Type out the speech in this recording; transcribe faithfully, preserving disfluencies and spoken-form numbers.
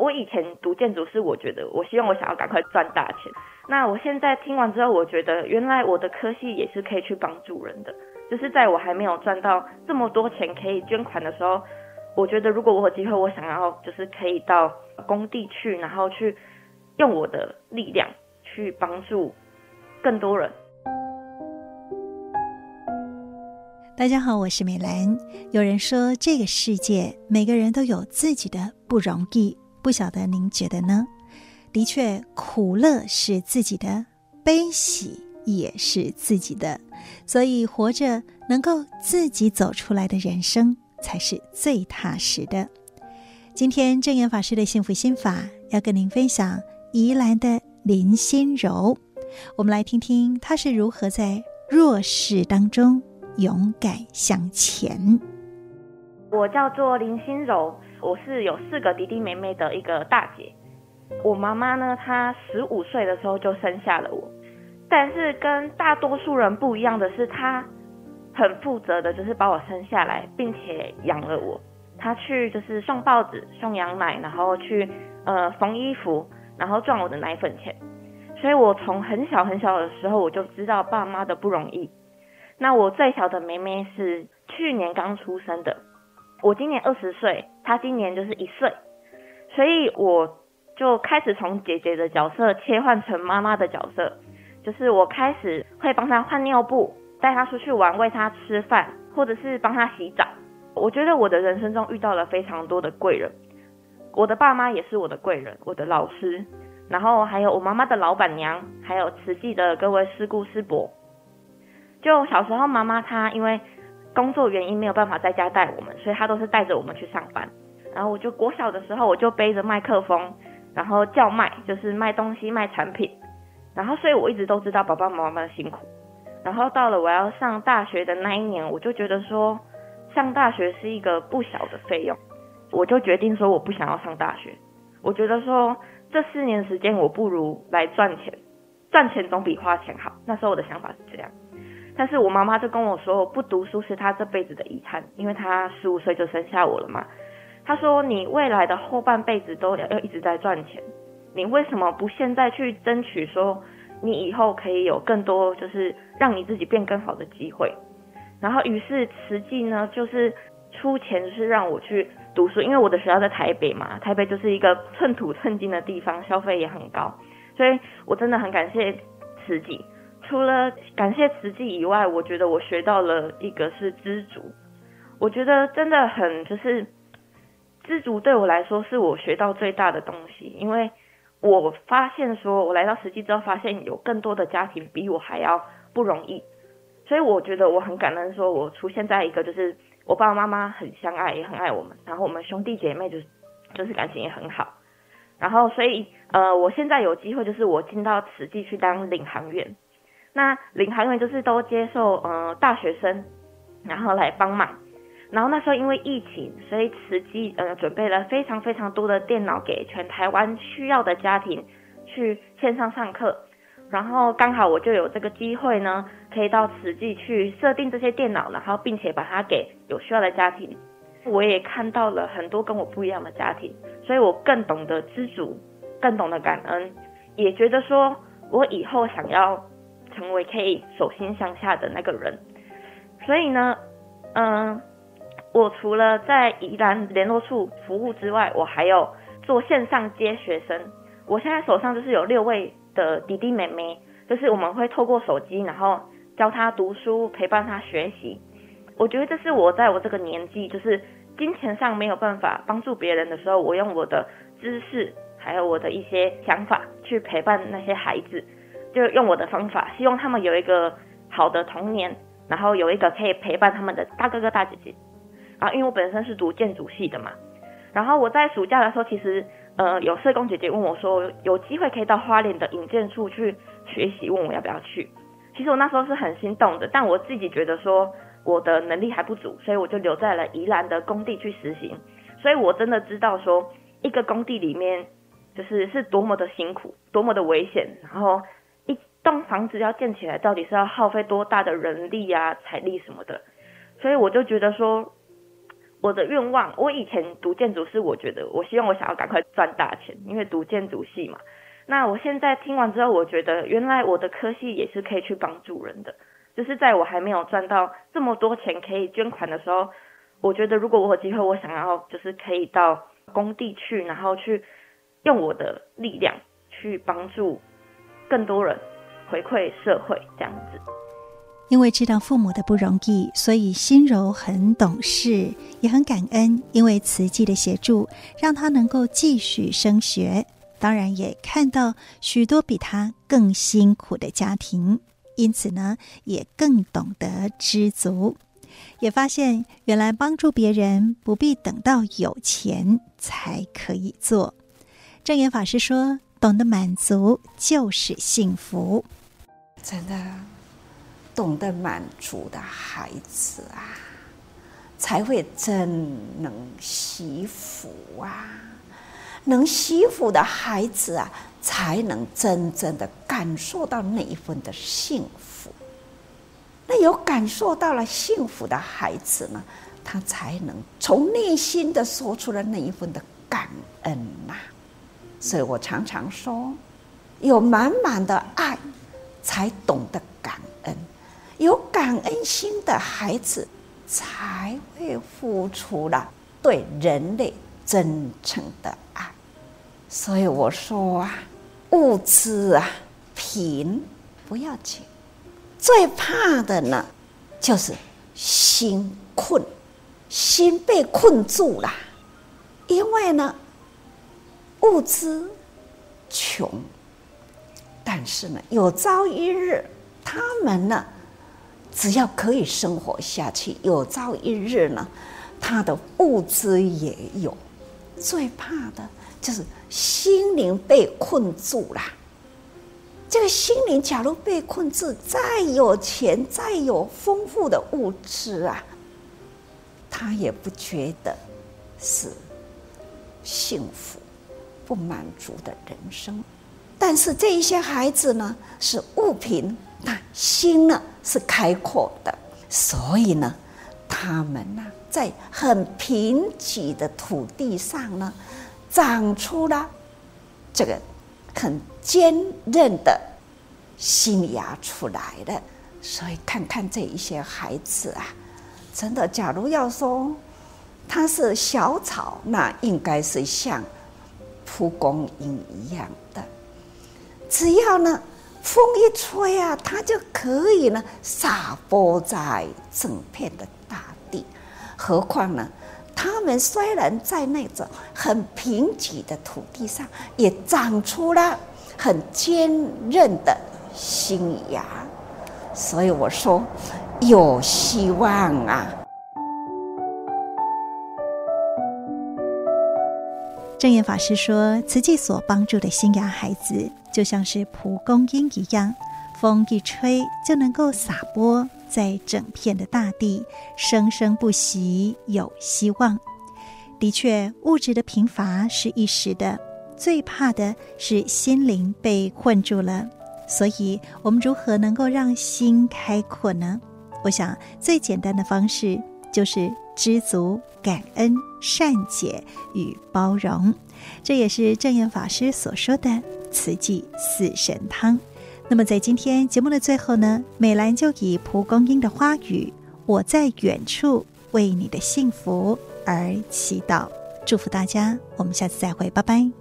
我以前读建筑是我觉得我希望我想要赶快赚大钱，那我现在听完之后，我觉得原来我的科系也是可以去帮助人的，就是在我还没有赚到这么多钱可以捐款的时候，我觉得如果我有机会，我想要就是可以到工地去，然后去用我的力量去帮助更多人。 大家好，我是美兰。有人说这个世界每个人都有自己的不容易，不晓得您觉得呢？的确，苦乐是自己的，悲喜也是自己的，所以活着能够自己走出来的人生才是最踏实的。今天正言法师的幸福心法要跟您分享宜兰的林心柔，我们来听听她是如何在弱势当中勇敢向前。 我叫做林心柔，我是有四个弟弟妹妹的一个大姐。我妈妈呢，她十五岁的时候就生下了我，但是跟大多数人不一样的是，她很负责的，就是把我生下来，并且养了我。她去就是送报纸、送羊奶，然后去呃缝衣服，然后赚我的奶粉钱。所以我从很小很小的时候，我就知道爸妈的不容易。那我最小的妹妹是去年刚出生的，我今年二十岁，她今年就是一岁，所以我就开始从姐姐的角色切换成妈妈的角色，就是我开始会帮她换尿布，带她出去玩，喂她吃饭，或者是帮她洗澡。我觉得我的人生中遇到了非常多的贵人，我的爸妈也是我的贵人，我的老师，然后还有我妈妈的老板娘，还有慈济的各位师姑师伯。就小时候妈妈她因为工作原因没有办法在家带我们，所以她都是带着我们去上班。然后我就国小的时候，我就背着麦克风，然后叫卖，就是卖东西卖产品。然后所以我一直都知道爸爸妈妈的辛苦。然后到了我要上大学的那一年，我就觉得说上大学是一个不小的费用，我就决定说我不想要上大学。我觉得说这四年时间我不如来赚钱，赚钱总比花钱好。那时候我的想法是这样。但是我妈妈就跟我说，我不读书是她这辈子的遗憾，因为她十五岁就生下我了嘛。她说你未来的后半辈子都要一直在赚钱，你为什么不现在去争取说你以后可以有更多就是让你自己变更好的机会。然后于是慈济呢就是出钱就是让我去读书，因为我的学校在台北嘛，台北就是一个寸土寸金的地方，消费也很高，所以我真的很感谢慈济。除了感谢慈济以外，我觉得我学到了一个是知足。我觉得真的很就是知足对我来说是我学到最大的东西，因为我发现说我来到慈济之后，发现有更多的家庭比我还要不容易，所以我觉得我很感恩说我出现在一个就是我爸爸妈妈很相爱也很爱我们，然后我们兄弟姐妹就是就是感情也很好，然后所以呃我现在有机会就是我进到慈济去当领航员。那领航员就是都接受呃大学生，然后来帮忙。然后那时候因为疫情，所以慈济呃准备了非常非常多的电脑给全台湾需要的家庭去线上上课。然后刚好我就有这个机会呢，可以到慈济去设定这些电脑，然后并且把它给有需要的家庭。我也看到了很多跟我不一样的家庭，所以我更懂得知足，更懂得感恩，也觉得说我以后想要成为可以手心向下的那个人。所以呢嗯，我除了在宜兰联络处服务之外，我还有做线上接学生。我现在手上就是有六位的弟弟妹妹，就是我们会透过手机，然后教他读书，陪伴他学习。我觉得这是我在我这个年纪，就是金钱上没有办法帮助别人的时候，我用我的知识还有我的一些想法去陪伴那些孩子，就用我的方法，希望他们有一个好的童年，然后有一个可以陪伴他们的大哥哥大姐姐。啊，因为我本身是读建筑系的嘛，然后我在暑假的时候，其实呃有社工姐姐问我说，有机会可以到花莲的营建处去学习，问我要不要去。其实我那时候是很心动的，但我自己觉得说我的能力还不足，所以我就留在了宜兰的工地去实行。所以我真的知道说一个工地里面就是是多么的辛苦，多么的危险，然后一栋房子要建起来到底是要耗费多大的人力啊财力什么的。所以我就觉得说我的愿望，我以前读建筑是我觉得我希望我想要赶快赚大钱，因为读建筑系嘛。那我现在听完之后，我觉得原来我的科系也是可以去帮助人的，就是在我还没有赚到这么多钱可以捐款的时候，我觉得如果我有机会，我想要就是可以到工地去，然后去用我的力量去帮助更多人，回馈社会这样子。 因为知道父母的不容易，所以心柔很懂事，也很感恩，因为慈济的协助，让他能够继续升学。当然也看到许多比他更辛苦的家庭，因此呢，也更懂得知足，也发现原来帮助别人不必等到有钱才可以做。正言法师说，懂得满足就是幸福。 真的懂得满足的孩子啊，才会真能惜福啊！能惜福的孩子啊，才能真正的感受到那一份的幸福。那有感受到了幸福的孩子呢，他才能从内心的说出了那一份的感恩呐、啊。所以我常常说，有满满的爱，才懂得感恩。有感恩心的孩子，才会付出了对人类真诚的爱。所以我说啊，物质啊贫不要紧，最怕的呢就是心困，心被困住了。因为呢物质穷，但是呢有朝一日他们呢只要可以生活下去，有朝一日呢，他的物资也有。最怕的就是心灵被困住了。这个心灵假如被困住，再有钱，再有丰富的物质啊，他也不觉得是幸福、不满足的人生。但是这一些孩子呢，是物贫，那心呢是开阔的，所以呢，他们呢在很贫瘠的土地上呢，长出了这个很坚韧的新芽出来了。所以看看这一些孩子啊，真的，假如要说他是小草，那应该是像蒲公英一样的，只要呢风一吹啊，它就可以呢洒播在整片的大地。何况呢，他们虽然在那种很贫瘠的土地上，也长出了很坚韧的新芽。所以我说有希望啊。 正言法师说，慈济所帮助的新芽孩子，就像是蒲公英一样，风一吹就能够洒播在整片的大地，生生不息，有希望。的确，物质的贫乏是一时的，最怕的是心灵被困住了。所以我们如何能够让心开阔呢？我想最简单的方式就是知足、感恩、善解与包容，这也是正言法师所说的慈济四神汤。那么在今天节目的最后呢，美兰就以蒲公英的花语，我在远处为你的幸福而祈祷，祝福大家，我们下次再会，拜拜。